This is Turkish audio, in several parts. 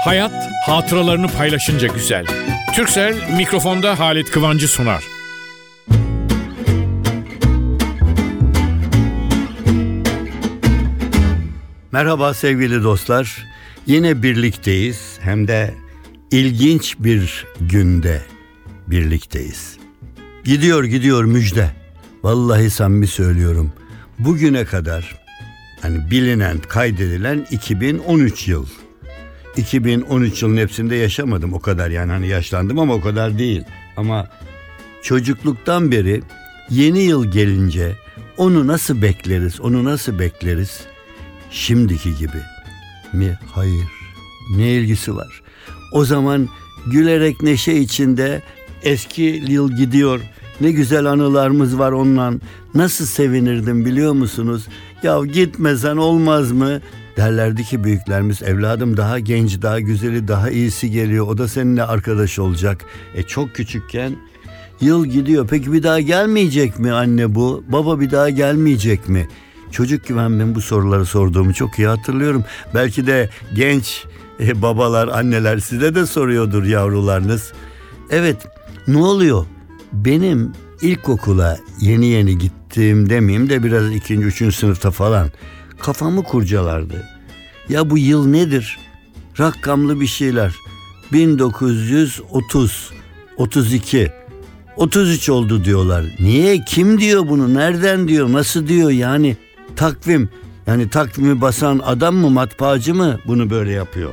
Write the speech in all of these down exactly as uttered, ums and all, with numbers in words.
Hayat hatıralarını paylaşınca güzel. Turkcell mikrofonda Halit Kıvancı sunar. Merhaba sevgili dostlar. Yine birlikteyiz. Hem de ilginç bir günde birlikteyiz. Gidiyor gidiyor müjde. Vallahi samimi söylüyorum. Bugüne kadar hani bilinen, kaydedilen iki bin on üç yıl. iki bin on üç yılın hepsinde yaşamadım o kadar, yani hani yaşlandım ama o kadar değil. Ama çocukluktan beri yeni yıl gelince onu nasıl bekleriz, onu nasıl bekleriz? Şimdiki gibi mi? Hayır. Ne ilgisi var? O zaman gülerek neşe içinde eski yıl gidiyor. Ne güzel anılarımız var onunla. Nasıl sevinirdim biliyor musunuz? Ya gitmesen olmaz mı? Derlerdi ki büyüklerimiz, evladım daha genç, daha güzeli, daha iyisi geliyor. O da seninle arkadaş olacak. E çok küçükken yıl gidiyor. Peki bir daha gelmeyecek mi anne bu? Baba bir daha gelmeyecek mi? Çocuk gibi ben bu soruları sorduğumu çok iyi hatırlıyorum. Belki de genç e, babalar, anneler size de soruyordur yavrularınız. Evet, ne oluyor? Benim ilkokula yeni yeni gittiğim demeyeyim de biraz ikinci, üçüncü sınıfta falan kafamı kurcalardı. Ya bu yıl nedir? Rakamlı bir şeyler. bin dokuz yüz otuz, otuz iki, otuz üç oldu diyorlar. Niye? Kim diyor bunu? Nereden diyor? Nasıl diyor? Yani takvim, yani takvimi basan adam mı, matbaacı mı bunu böyle yapıyor?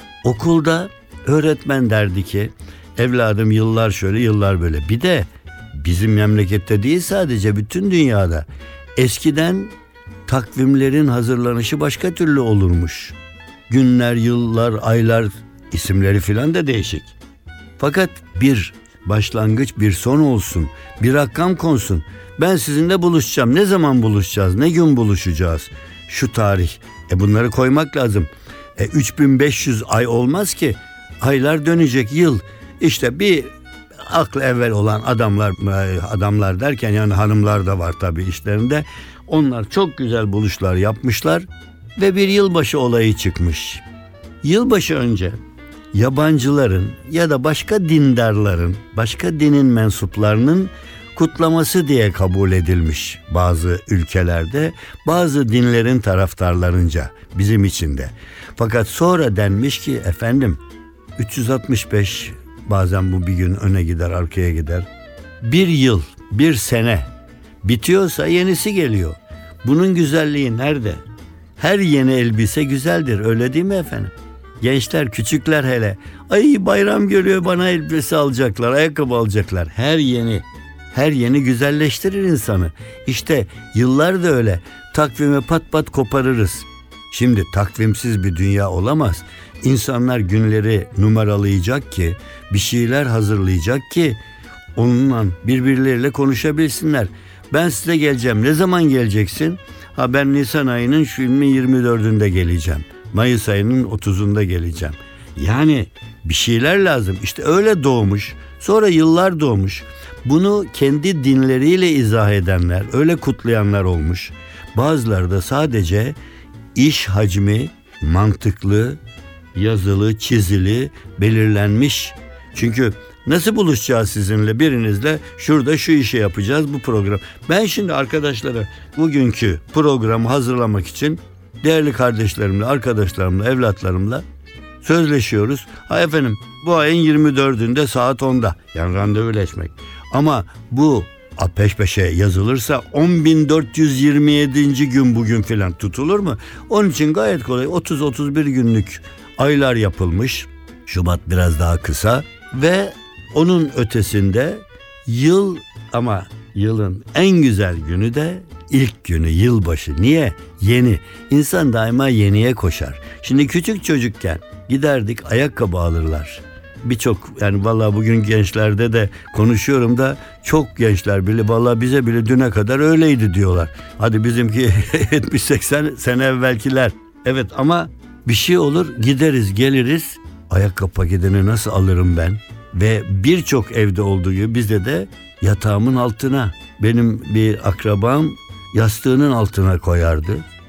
Okulda öğretmen derdi ki, evladım yıllar şöyle, yıllar böyle. Bir de bizim memlekette değil, sadece bütün dünyada eskiden takvimlerin hazırlanışı başka türlü olurmuş. Günler, yıllar, aylar, isimleri filan da değişik. Fakat bir başlangıç, bir son olsun, bir rakam konsun. Ben sizinle buluşacağım. Ne zaman buluşacağız? Ne gün buluşacağız? Şu tarih. E bunları koymak lazım. E üç bin beş yüz ay olmaz ki. Aylar dönecek, yıl. İşte bir aklı evvel olan adamlar, adamlar derken yani hanımlar da var tabii işlerinde. Onlar çok güzel buluşlar yapmışlar ve bir yılbaşı olayı çıkmış. Yılbaşı önce yabancıların ya da başka dindarların, başka dinin mensuplarının kutlaması diye kabul edilmiş bazı ülkelerde, bazı dinlerin taraftarlarınca, bizim için de. Fakat sonra denmiş ki efendim üç yüz altmış beş, bazen bu bir gün öne gider arkaya gider. Bir yıl, bir sene bitiyorsa yenisi geliyor. Bunun güzelliği nerede? Her yeni elbise güzeldir, öyle değil mi efendim? Gençler, küçükler hele. Ay bayram geliyor, bana elbise alacaklar, ayakkabı alacaklar. Her yeni, her yeni güzelleştirir insanı. İşte yıllar da öyle. Takvimi pat pat koparırız. Şimdi takvimsiz bir dünya olamaz. İnsanlar günleri numaralayacak ki, bir şeyler hazırlayacak ki onunla birbirleriyle konuşabilsinler. Ben size geleceğim. Ne zaman geleceksin? Ha ben Nisan ayının şu yirmi dördünde geleceğim. Mayıs ayının otuzunda geleceğim. Yani bir şeyler lazım. İşte öyle doğmuş. Sonra yıllar doğmuş. Bunu kendi dinleriyle izah edenler, öyle kutlayanlar olmuş. Bazıları da sadece iş hacmi mantıklı, yazılı, çizili, belirlenmiş. Çünkü nasıl buluşacağız sizinle, birinizle şurada şu işi yapacağız, bu program. Ben şimdi arkadaşlara bugünkü programı hazırlamak için değerli kardeşlerimle, arkadaşlarımla, evlatlarımla sözleşiyoruz. Ha efendim bu ayın yirmi dördünde saat onda, yani randevuleşmek. Ama bu peş peşe yazılırsa on bin dört yüz yirmi yedinci gün bugün filan tutulur mu? Onun için gayet kolay, otuz otuz bir günlük aylar yapılmış. Şubat biraz daha kısa ve onun ötesinde yıl, ama yılın en güzel günü de ilk günü, yılbaşı. Niye? Yeni. İnsan daima yeniye koşar. Şimdi küçük çocukken giderdik, ayakkabı alırlar. Birçok, yani vallahi bugün gençlerde de konuşuyorum da çok gençler bile vallahi bize bile düne kadar öyleydi diyorlar. Hadi bizimki yetmiş seksen sene evvelkiler. Evet ama bir şey olur, gideriz geliriz, ayakkabı paketini nasıl alırım ben? Ve birçok evde olduğu gibi bizde de yatağımın altına, benim bir akrabam yastığının altına koyardı.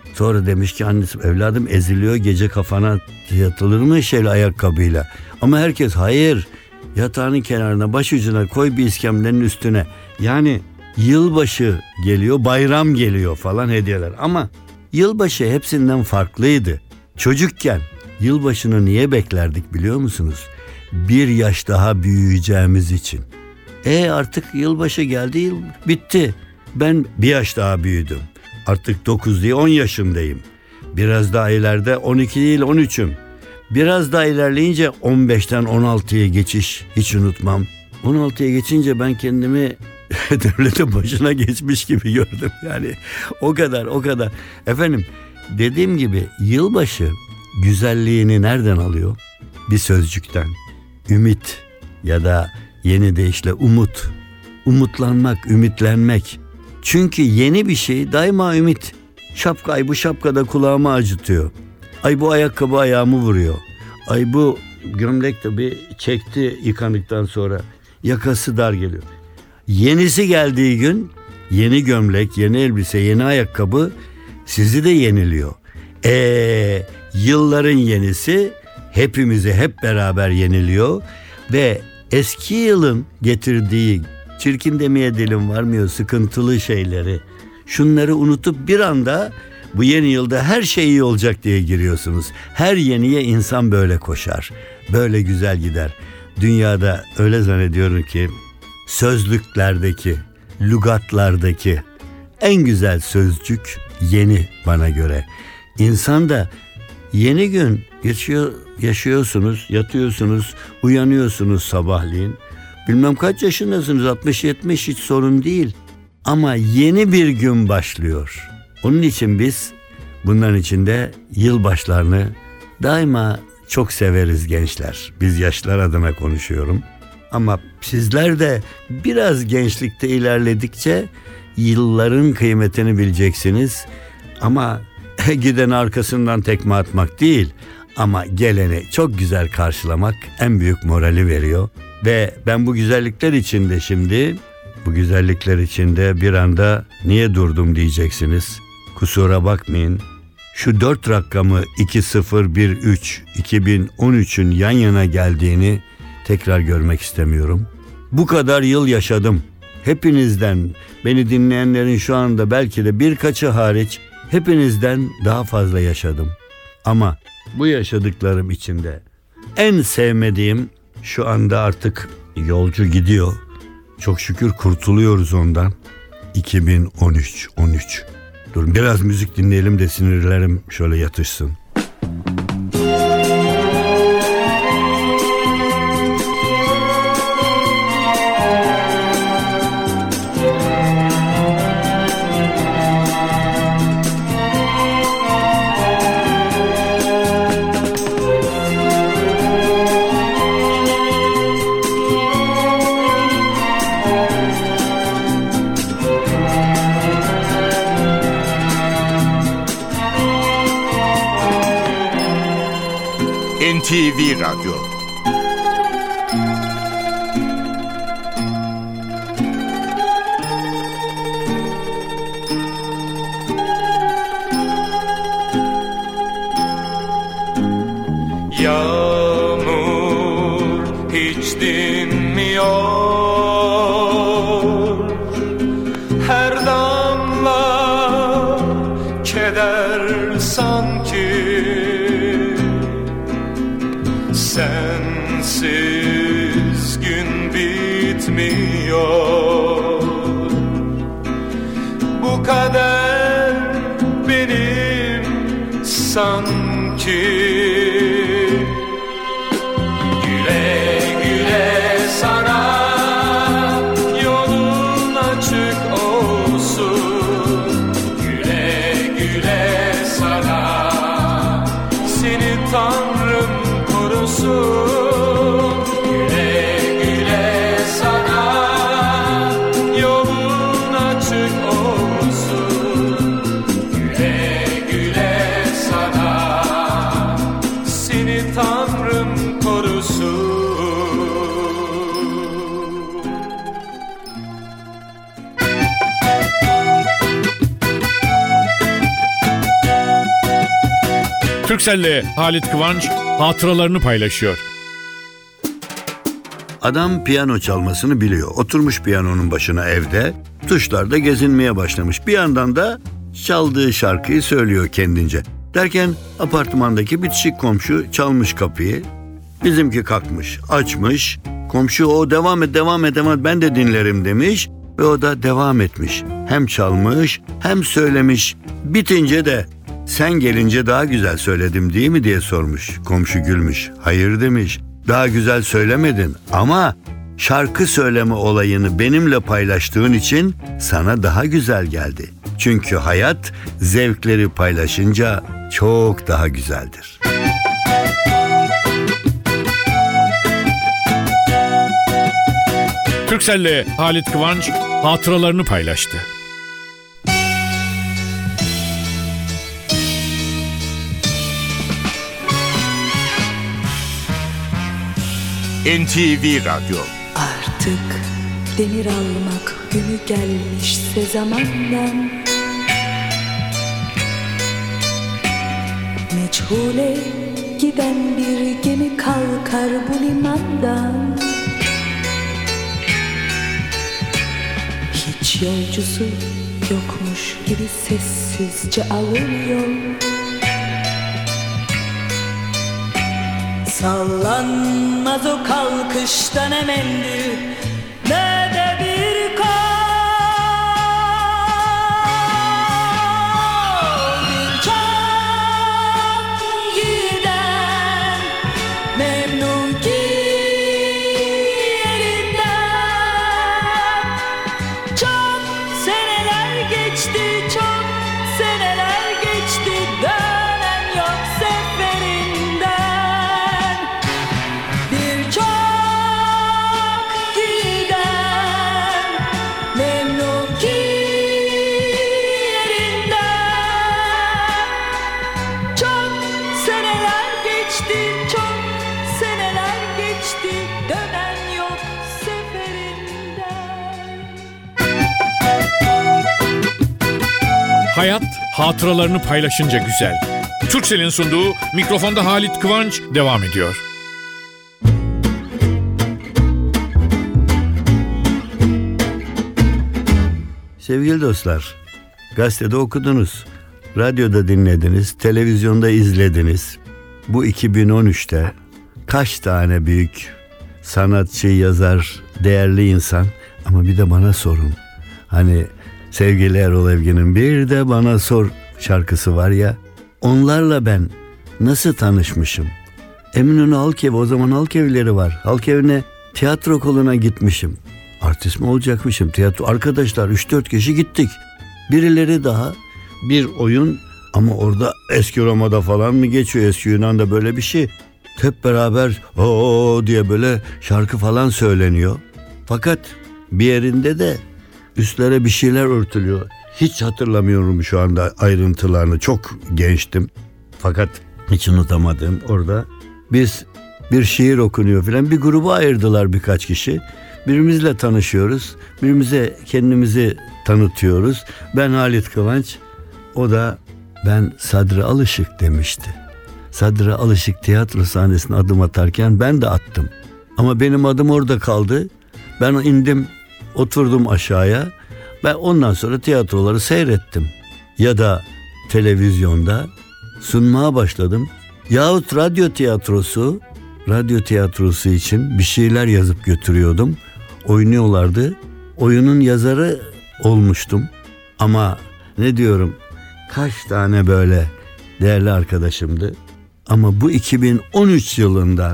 Sonra demiş ki annesi, evladım eziliyor, gece kafana yatılır mı şeyle ayakkabıyla? Ama herkes hayır, yatağının kenarına, başucuna koy, bir iskemlenin üstüne. Yani yılbaşı geliyor, bayram geliyor falan, hediyeler. Ama yılbaşı hepsinden farklıydı. Çocukken yılbaşını niye beklerdik biliyor musunuz? Bir yaş daha büyüyeceğimiz için. E artık yılbaşı geldi, yıl bitti. Ben bir yaş daha büyüdüm. Artık dokuz değil on yaşındayım. Biraz daha ileride on iki değil on üçüm. Biraz daha ilerleyince on beşten on altıya geçiş hiç unutmam. on altıya geçince ben kendimi devletin başına geçmiş gibi gördüm. Yani o kadar o kadar. Efendim, dediğim gibi yılbaşı güzelliğini nereden alıyor? Bir sözcükten. Ümit ya da yeni deyişle umut. Umutlanmak, ümitlenmek. Çünkü yeni bir şey daima ümit. Şapka, ay bu şapkada kulağımı acıtıyor. Ay bu ayakkabı ayağımı vuruyor. Ay bu gömlek de bir çekti yıkandıktan sonra. Yakası dar geliyor. Yenisi geldiği gün yeni gömlek, yeni elbise, yeni ayakkabı sizi de yeniliyor. Eee yılların yenisi hepimizi hep beraber yeniliyor ve eski yılın getirdiği, çirkin demeye dilim varmıyor, sıkıntılı şeyleri, şunları unutup bir anda bu yeni yılda her şey iyi olacak diye giriyorsunuz. Her yeniye insan böyle koşar, böyle güzel gider. Dünyada öyle zannediyorum ki sözlüklerdeki, lügatlardaki en güzel sözcük yeni bana göre. İnsan da yeni gün geçiyor, yaşıyorsunuz, yatıyorsunuz, uyanıyorsunuz sabahleyin. Bilmem kaç yaşındasınız, altmış yetmiş, hiç sorun değil. Ama yeni bir gün başlıyor. Onun için biz bunların içinde yılbaşlarını daima çok severiz gençler. Biz yaşlılar adına konuşuyorum. Ama sizler de biraz gençlikte ilerledikçe yılların kıymetini bileceksiniz. Ama giden arkasından tekme atmak değil, ama geleni çok güzel karşılamak en büyük morali veriyor. Ve ben bu güzellikler içinde şimdi, bu güzellikler içinde bir anda niye durdum diyeceksiniz. Kusura bakmayın. Şu dört rakamı iki sıfır bir üç iki bin on üçün yan yana geldiğini tekrar görmek istemiyorum. Bu kadar yıl yaşadım. Hepinizden, beni dinleyenlerin şu anda belki de birkaçı hariç, hepinizden daha fazla yaşadım. Ama bu yaşadıklarım içinde en sevmediğim, şu anda artık yolcu gidiyor. Çok şükür kurtuluyoruz ondan. iki bin on üç on üç. Durun biraz müzik dinleyelim de sinirlerim şöyle yatışsın. N T V Radyo. Yağmur hiç dinmiyor, her damla keder sanki. Sensiz gün bitmiyor, bu kader benim sanki. Güle güle sana, yolun açık olsun. Güle güle sana, seni Tanrım güle güle sana, yolun açık olsun. Güle güle sana, Turkcell'le Halit Kıvanç hatıralarını paylaşıyor. Adam piyano çalmasını biliyor. Oturmuş piyanonun başına evde, tuşlarda gezinmeye başlamış. Bir yandan da çaldığı şarkıyı söylüyor kendince. Derken apartmandaki bitişik komşu çalmış kapıyı. Bizimki kalkmış, açmış. Komşu o devam et, devam et, devam et, ben de dinlerim demiş. Ve o da devam etmiş. Hem çalmış hem söylemiş. Bitince de sen gelince daha güzel söyledim değil mi diye sormuş. Komşu gülmüş. Hayır demiş. Daha güzel söylemedin ama şarkı söyleme olayını benimle paylaştığın için sana daha güzel geldi. Çünkü hayat zevkleri paylaşınca çok daha güzeldir. Turkcell'le Halit Kıvanç hatıralarını paylaştı. N T V Radyo. Artık demir almak günü gelmişse zamandan, meçhule giden bir gemi kalkar bu limandan. Hiç yolcusu yokmuş gibi sessizce alır yol. Sallanmaz o kalkışta ne mendil ne de bir kol. Bir çok giden memnun ki yerinden. Çok seneler geçti, çok seneler geçti, dönen yok seferinden. Bir çok giden memnun ki yerinden. Çok seneler geçti, çok seneler geçti, dönen yok seferinden. Hayat hatıralarını paylaşınca güzel. Turkcell'in sunduğu Mikrofonda Halit Kıvanç devam ediyor. Sevgili dostlar, gazetede okudunuz, radyoda dinlediniz, televizyonda izlediniz. Bu iki bin on üçte kaç tane büyük sanatçı, yazar, değerli insan, ama bir de bana sorun. Hani sevgili Erol Evgin'in Bir de Bana Sor şarkısı var ya, onlarla ben nasıl tanışmışım? Eminönü Halk Evi, o zaman halk evleri var. Halk evine, tiyatro okuluna gitmişim. Artist mi olacakmışım? Tiyatro arkadaşlar üç dört kişi gittik. Birileri daha bir oyun, ama orada eski Roma'da falan mı geçiyor, eski Yunan'da böyle bir şey. Hep beraber o diye böyle şarkı falan söyleniyor. Fakat bir yerinde de üstlere bir şeyler örtülüyor. Hiç hatırlamıyorum şu anda ayrıntılarını. Çok gençtim. Fakat hiç unutamadığım, orada biz bir şiir okunuyor falan, bir gruba ayırdılar birkaç kişi. Birbirimizle tanışıyoruz. Birbirimize kendimizi tanıtıyoruz. Ben Halit Kıvanç, o da ben Sadri Alışık demişti. Sadri Alışık tiyatro sahnesine adım atarken ben de attım. Ama benim adım orada kaldı. Ben indim, oturdum aşağıya. Ben ondan sonra tiyatroları seyrettim. Ya da televizyonda sunmaya başladım. Yahut radyo tiyatrosu, radyo tiyatrosu için bir şeyler yazıp götürüyordum. Oynuyorlardı. Oyunun yazarı olmuştum. Ama ne diyorum, kaç tane böyle değerli arkadaşımdı. Ama bu iki bin on üç yılında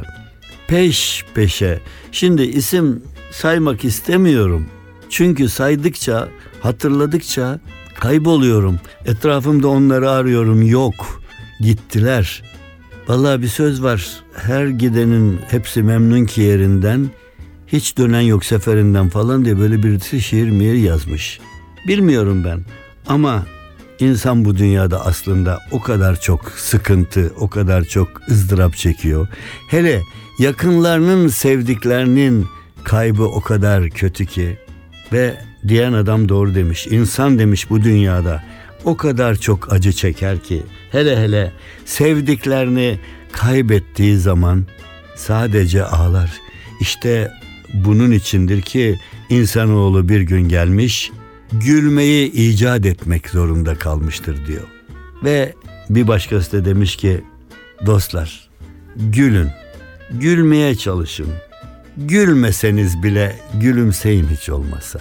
peş peşe, şimdi isim saymak istemiyorum. Çünkü saydıkça, hatırladıkça kayboluyorum. Etrafımda onları arıyorum, yok. Gittiler. Vallahi bir söz var. Her gidenin hepsi memnun ki yerinden, hiç dönen yok seferinden falan diye böyle birisi şiir mihir yazmış. Bilmiyorum ben. Ama insan bu dünyada aslında o kadar çok sıkıntı, o kadar çok ızdırap çekiyor. Hele yakınlarının, sevdiklerinin kaybı o kadar kötü ki. Ve diyen adam doğru demiş. İnsan demiş bu dünyada o kadar çok acı çeker ki hele hele sevdiklerini kaybettiği zaman sadece ağlar. İşte bunun içindir ki insanoğlu bir gün gelmiş, gülmeyi icat etmek zorunda kalmıştır diyor. Ve bir başkası da demiş ki, dostlar gülün, gülmeye çalışın. Gülmeseniz bile gülümseyin hiç olmazsa.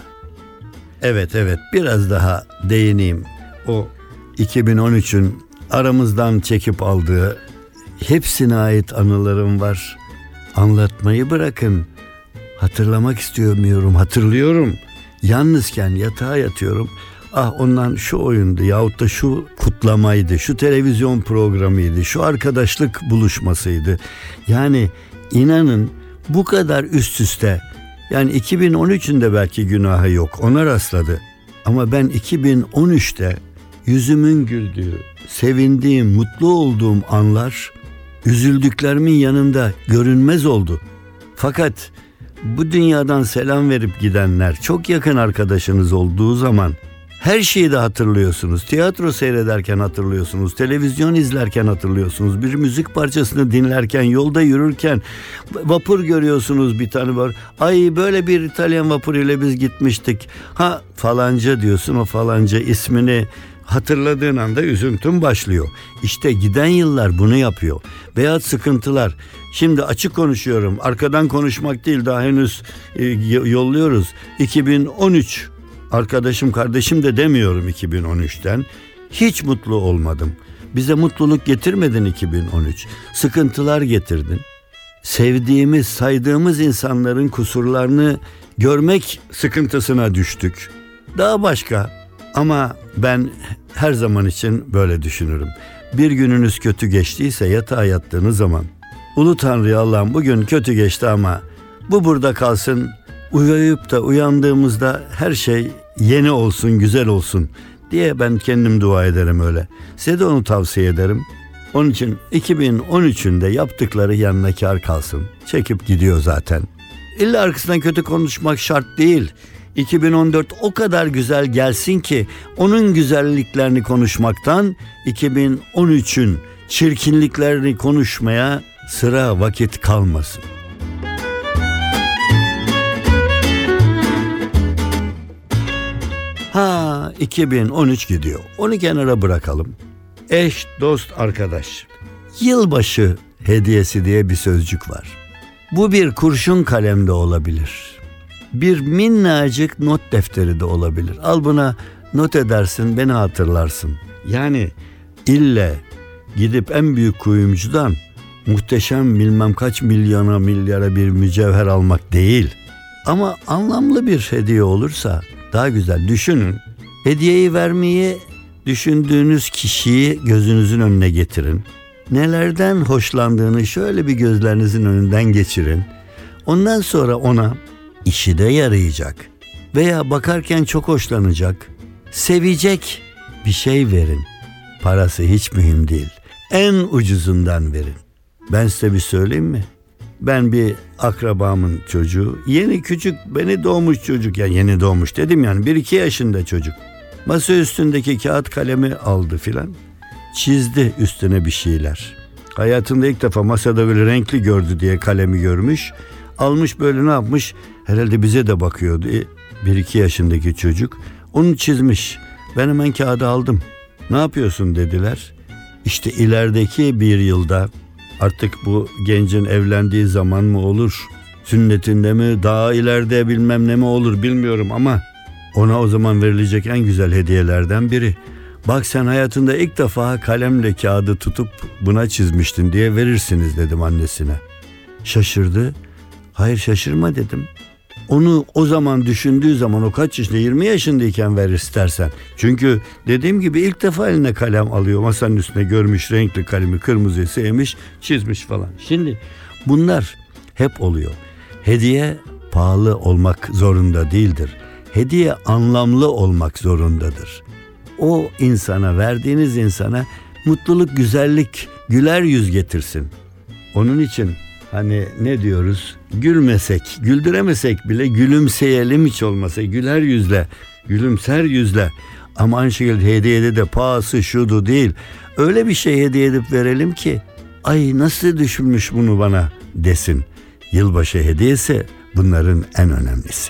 Evet evet biraz daha değineyim. O iki bin on üçün aramızdan çekip aldığı hepsine ait anılarım var. Anlatmayı bırakın. Hatırlamak istemiyorum, hatırlıyorum. Yalnızken yatağa yatıyorum. Ah ondan şu oyundu yahut da şu kutlamaydı, şu televizyon programıydı, şu arkadaşlık buluşmasıydı. Yani inanın bu kadar üst üste, yani iki bin on üçün de belki günahı yok, ona rastladı. Ama ben iki bin on üçte yüzümün güldüğü, sevindiğim, mutlu olduğum anlar üzüldüklerimin yanında görünmez oldu. Fakat bu dünyadan selam verip gidenler çok yakın arkadaşınız olduğu zaman her şeyi de hatırlıyorsunuz. Tiyatro seyrederken hatırlıyorsunuz, televizyon izlerken hatırlıyorsunuz, bir müzik parçasını dinlerken, yolda yürürken vapur görüyorsunuz, bir tane var. Ay böyle bir İtalyan vapur ile biz gitmiştik. Ha falanca diyorsun, o falanca ismini hatırladığın anda üzüntün başlıyor. İşte giden yıllar bunu yapıyor. Veya sıkıntılar. Şimdi açık konuşuyorum. Arkadan konuşmak değil, daha henüz e, yolluyoruz. iki bin on üç arkadaşım kardeşim de demiyorum iki bin on üçten. Hiç mutlu olmadım. Bize mutluluk getirmedin iki bin on üç. Sıkıntılar getirdin. Sevdiğimiz, saydığımız insanların kusurlarını görmek sıkıntısına düştük. Daha başka. Ama ben her zaman için böyle düşünürüm. Bir gününüz kötü geçtiyse yatağa yattığınız zaman, Ulu Tanrı'ya Allah'ım bugün kötü geçti ama bu burada kalsın. Uyuyup da uyandığımızda her şey yeni olsun, güzel olsun diye ben kendim dua ederim öyle. Size de onu tavsiye ederim. Onun için iki bin on üçün de yaptıkları yanına kâr kalsın. Çekip gidiyor zaten. İlla arkasından kötü konuşmak şart değil. iki bin on dört o kadar güzel gelsin ki onun güzelliklerini konuşmaktan iki bin on üçün çirkinliklerini konuşmaya sıra vakit kalmasın. Ha iki bin on üç gidiyor. Onu kenara bırakalım. Eş, dost, arkadaş. Yılbaşı hediyesi diye bir sözcük var. Bu bir kurşun kalem de olabilir. Bir minnacık not defteri de olabilir. Al buna not edersin, beni hatırlarsın. Yani ille gidip en büyük kuyumcudan muhteşem bilmem kaç milyona milyara bir mücevher almak değil. Ama anlamlı bir hediye olursa daha güzel. Düşünün. Hediyeyi vermeyi düşündüğünüz kişiyi gözünüzün önüne getirin. Nelerden hoşlandığını şöyle bir gözlerinizin önünden geçirin. Ondan sonra ona işi de yarayacak veya bakarken çok hoşlanacak, sevecek bir şey verin. Parası hiç mühim değil. En ucuzundan verin. Ben size bir söyleyeyim mi? Ben bir akrabamın çocuğu, yeni küçük, beni doğmuş çocuk, yani yeni doğmuş dedim yani bir iki yaşında çocuk. Masa üstündeki kağıt kalemi aldı filan, çizdi üstüne bir şeyler. Hayatında ilk defa masada böyle renkli gördü diye kalemi görmüş. Almış böyle ne yapmış? Herhalde bize de bakıyordu. Bir iki yaşındaki çocuk. Onu çizmiş. Ben hemen kağıdı aldım. Ne yapıyorsun dediler. İşte ilerideki bir yılda artık bu gencin evlendiği zaman mı olur? Sünnetinde mi? Daha ileride bilmem ne mi olur bilmiyorum ama ona o zaman verilecek en güzel hediyelerden biri. Bak sen hayatında ilk defa kalemle kağıdı tutup buna çizmiştin diye verirsiniz dedim annesine. Şaşırdı. Hayır şaşırma dedim. Onu o zaman düşündüğü zaman o kaç yaşında yirmi yaşındayken ver istersen. Çünkü dediğim gibi ilk defa eline kalem alıyor. Masanın üstüne görmüş renkli kalemi kırmızıyı sevmiş çizmiş falan. Şimdi bunlar hep oluyor. Hediye pahalı olmak zorunda değildir. Hediye anlamlı olmak zorundadır. O insana, verdiğiniz insana mutluluk, güzellik, güler yüz getirsin. Onun için hani ne diyoruz? Gülmesek, güldüremesek bile gülümseyelim hiç olmasa. Güler yüzle, gülümser yüzle Ama aynı şekilde hediyede de pahası şudu değil. Öyle bir şey hediye edip verelim ki ay nasıl düşünmüş bunu bana desin. Yılbaşı hediyesi bunların en önemlisi.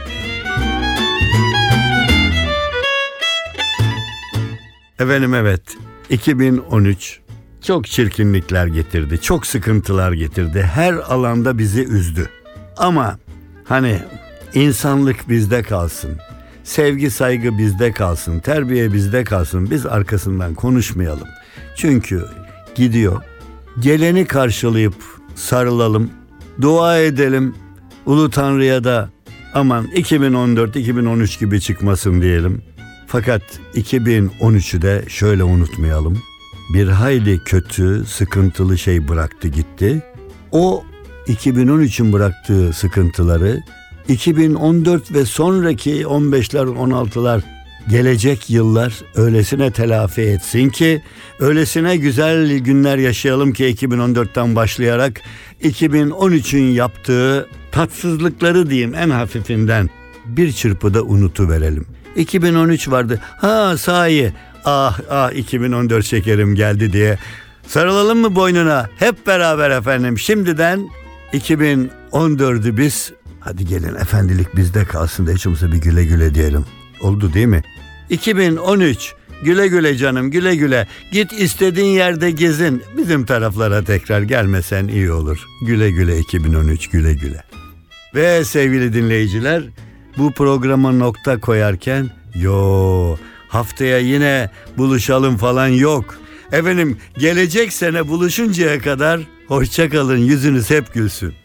Efendim evet, iki bin on üç çok çirkinlikler getirdi, çok sıkıntılar getirdi. Her alanda bizi üzdü. Ama hani insanlık bizde kalsın, sevgi saygı bizde kalsın, terbiye bizde kalsın. Biz arkasından konuşmayalım. Çünkü gidiyor. Geleni karşılayıp sarılalım, dua edelim. Ulu Tanrı'ya da aman iki bin on dört iki bin on üç gibi çıkmasın diyelim. Fakat iki bin on üçü de şöyle unutmayalım. Bir hayli kötü, sıkıntılı şey bıraktı gitti. O iki bin on üçün bıraktığı sıkıntıları iki bin on dört ve sonraki on beşler, on altılar, gelecek yıllar öylesine telafi etsin ki, öylesine güzel günler yaşayalım ki iki bin on dörtten başlayarak iki bin on üçün yaptığı tatsızlıkları diyeyim en hafifinden bir çırpıda unutuverelim. iki bin on üç vardı. Ha sahi. Ah ah iki bin on dört şekerim geldi diye sarılalım mı boynuna? Hep beraber efendim. Şimdiden iki bin on dördü biz hadi gelin efendilik bizde kalsın da hiç olmazsa bir güle güle diyelim. Oldu değil mi? iki bin on üç güle güle canım, güle güle. Git istediğin yerde gezin. Bizim taraflara tekrar gelmesen iyi olur. Güle güle iki bin on üç, güle güle. Ve sevgili dinleyiciler, bu programa nokta koyarken yo haftaya yine buluşalım falan yok. Efendim gelecek sene buluşuncaya kadar hoşça kalın, yüzünüz hep gülsün.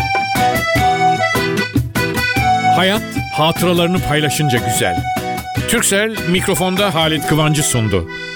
Hayat hatıralarını paylaşınca güzel. Turkcell mikrofonda Halit Kıvancı sundu.